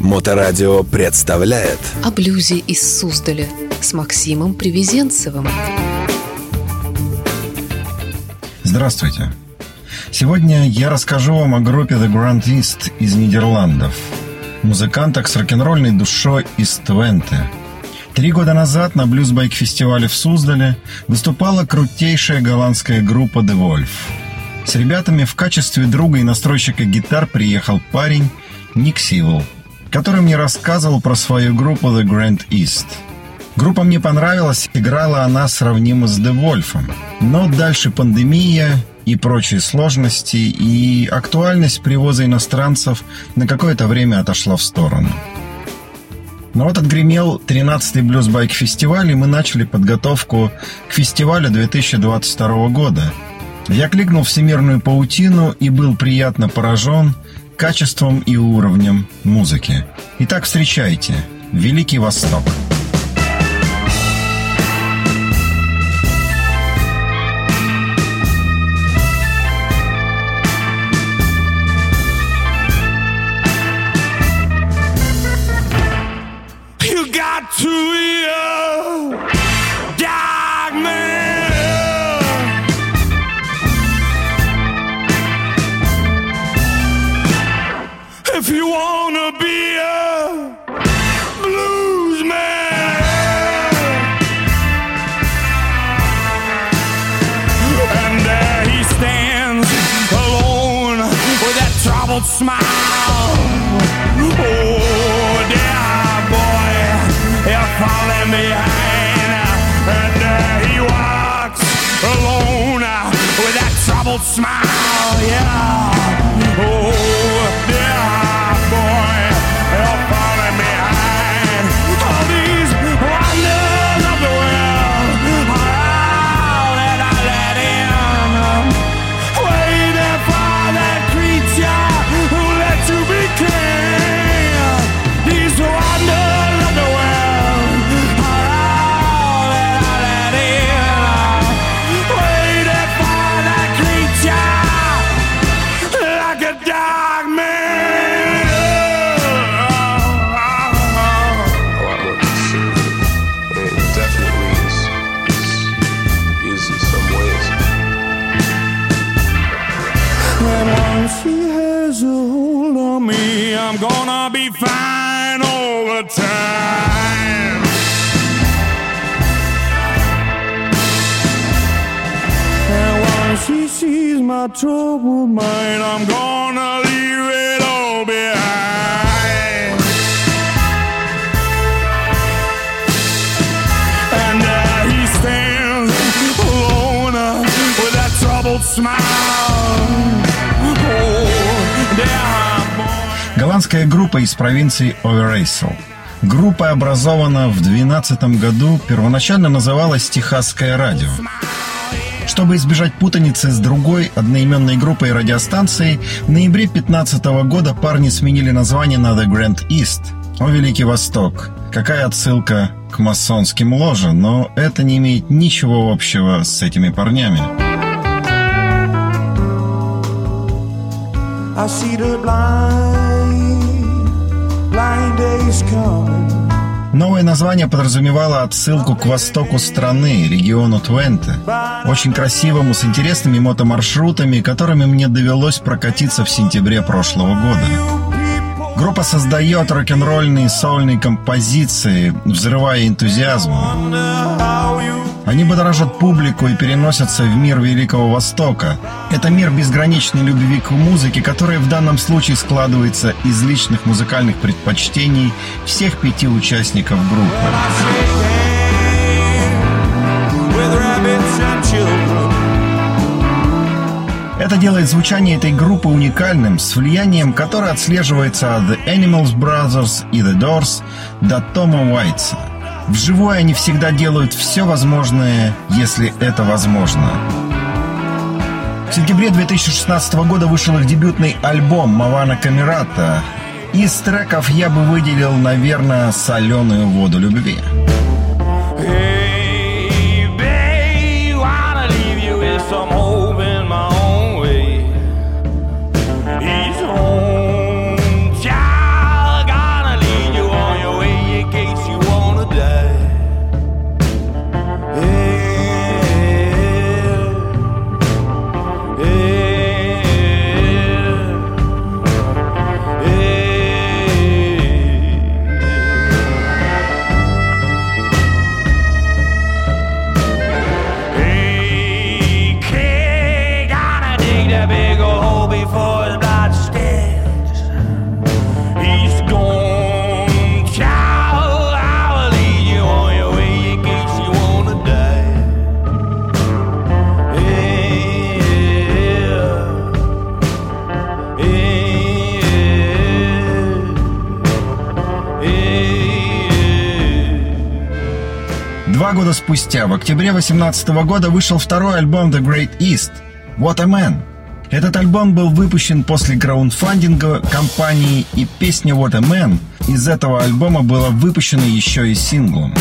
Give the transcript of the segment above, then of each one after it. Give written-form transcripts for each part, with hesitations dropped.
Моторадио представляет О блюзе из Суздаля с Максимом Привезенцевым. Здравствуйте! Сегодня я расскажу вам о группе The Grand East из Нидерландов, музыкантах с рок-н-ролльной душой из Твенте. 3 года назад на блюз-байк-фестивале в Суздале выступала крутейшая голландская группа The Wolf. С ребятами в качестве друга и настройщика гитар приехал парень Ник Сивил, который мне рассказывал про свою группу The Grand East. Группа мне понравилась, играла она сравнима с The Wolf, но дальше пандемия и прочие сложности, и актуальность привоза иностранцев на какое-то время отошла в сторону. Но вот отгремел 13-й блюз-байк-фестиваль, и мы начали подготовку к фестивалю 2022 года. Я кликнул всемирную паутину и был приятно поражен качеством и уровнем музыки. Итак, встречайте Великий Восток. If you wanna be a blues man, and there he stands alone with that troubled smile. Oh, dear boy, he'll falling behind, and there he walks alone with that troubled smile. Yeah. Oh, dear boy, you're falling behind. All these wonders of the world are all that I let in. Waiting for that creature who let you be king. These wonders of the world are all that I let in. Waiting for that creature like a dog man. I'm gonna be fine all the time. And once she sees my troubled mind, I'm gonna leave it all behind. And there he stands alone with that troubled smile. Oh, there. Голландская группа из провинции Overijssel. Группа образована в 2012 году, первоначально называлась «Техасское радио». Чтобы избежать путаницы с другой одноименной группой радиостанций, в ноябре 2015 года парни сменили название на The Grand East. О, Великий Восток! Какая отсылка к масонским ложам, но это не имеет ничего общего с этими парнями. I see the blind days coming. Новое название подразумевало отсылку к востоку страны, региону Твенте, очень красивому, с интересными мотомаршрутами, которыми мне довелось прокатиться в сентябре прошлого года. Группа создает рок-н-ролльные сольные композиции, взрывая энтузиазм. Они будоражат публику и переносятся в мир Великого Востока. Это мир безграничной любви к музыке, которая в данном случае складывается из личных музыкальных предпочтений всех 5 участников группы. Это делает звучание этой группы уникальным, с влиянием, которое отслеживается от The Animals Brothers и The Doors до Тома Уайтса. Вживую они всегда делают все возможное, если это возможно. В сентябре 2016 года вышел их дебютный альбом «Мавана Камерата». Из треков я бы выделил, наверное, «Соленую воду любви». 2 года спустя, в октябре 2018 года, вышел второй альбом The Great East «What a Man». Этот альбом был выпущен после краундфандинга компании, и песня «What a Man» из этого альбома была выпущена еще и синглом.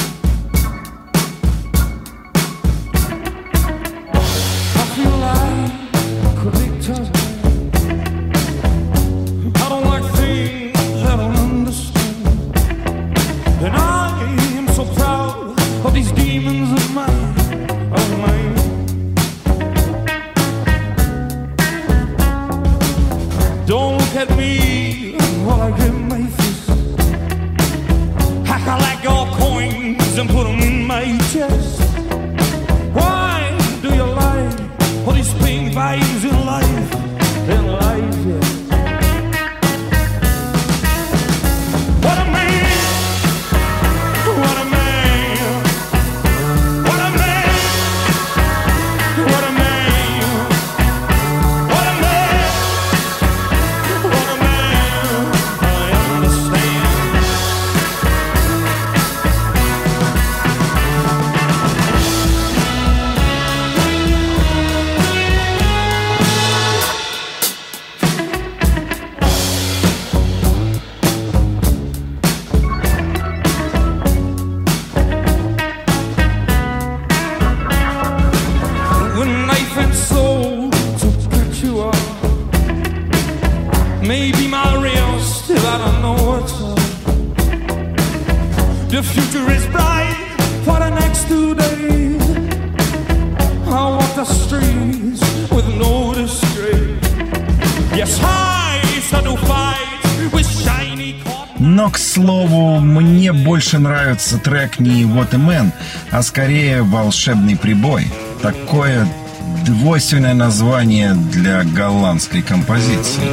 Но, к слову, мне больше нравится трек не «What a Man», а скорее «Волшебный прибой». Такое двойственное название для голландской композиции.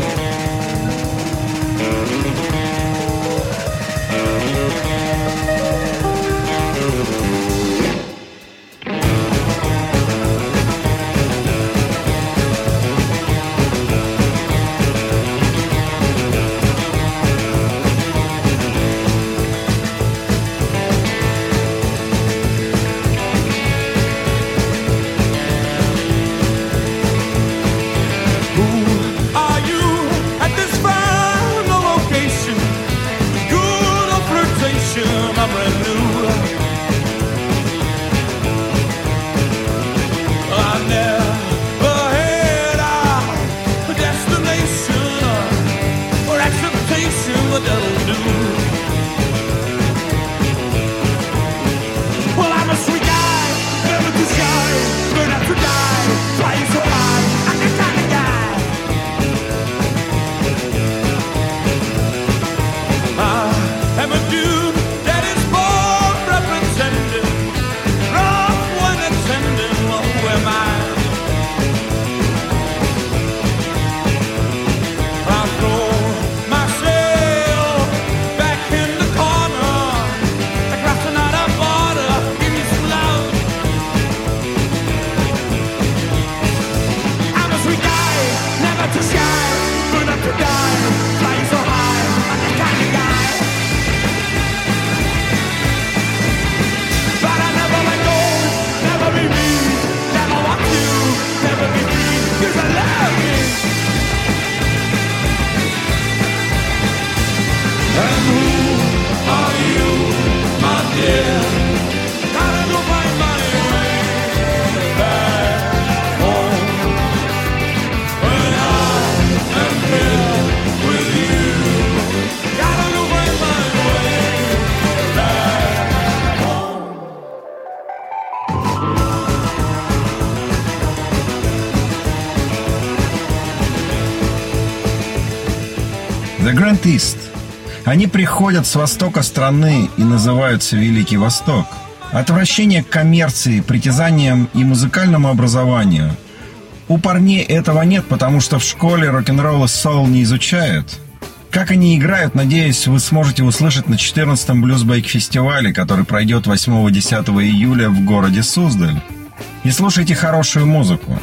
The Grand East. Они приходят с востока страны и называются Великий Восток. Отвращение к коммерции, притязаниям и музыкальному образованию. У парней этого нет, потому что в школе рок-н-ролл и соул не изучают. Как они играют, надеюсь, вы сможете услышать на 14-м блюзбейк-фестивале, который пройдет 8-10 июля в городе Суздаль. И слушайте хорошую музыку.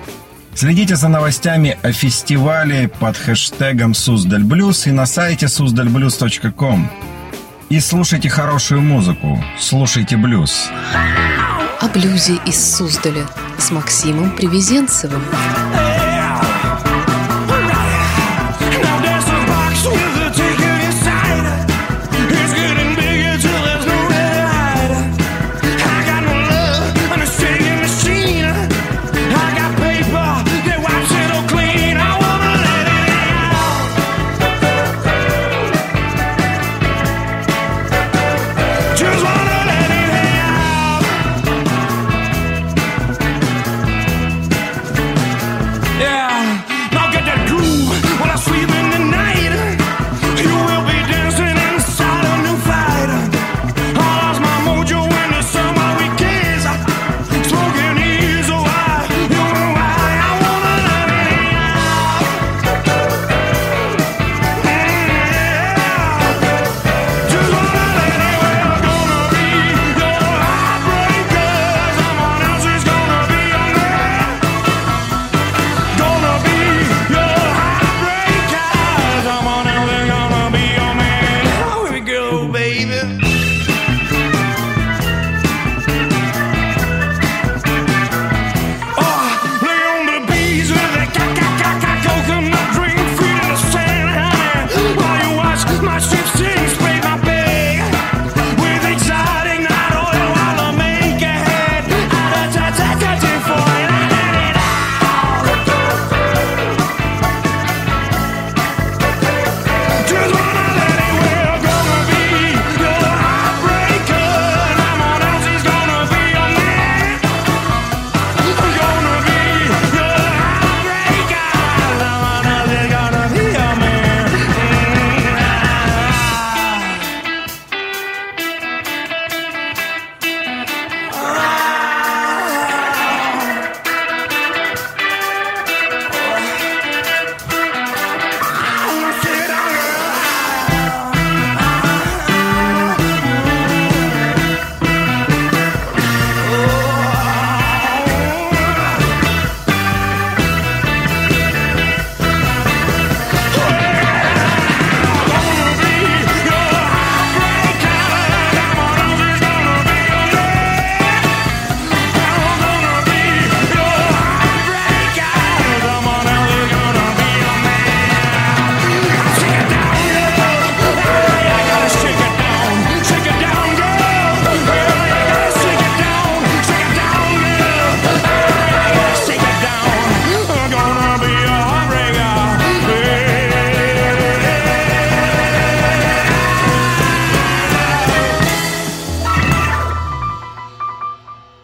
Следите за новостями о фестивале под хэштегом «Суздаль Блюз» и на сайте suzdalblues.com. И слушайте хорошую музыку, слушайте блюз. О блюзе из Суздаля с Максимом Привезенцевым.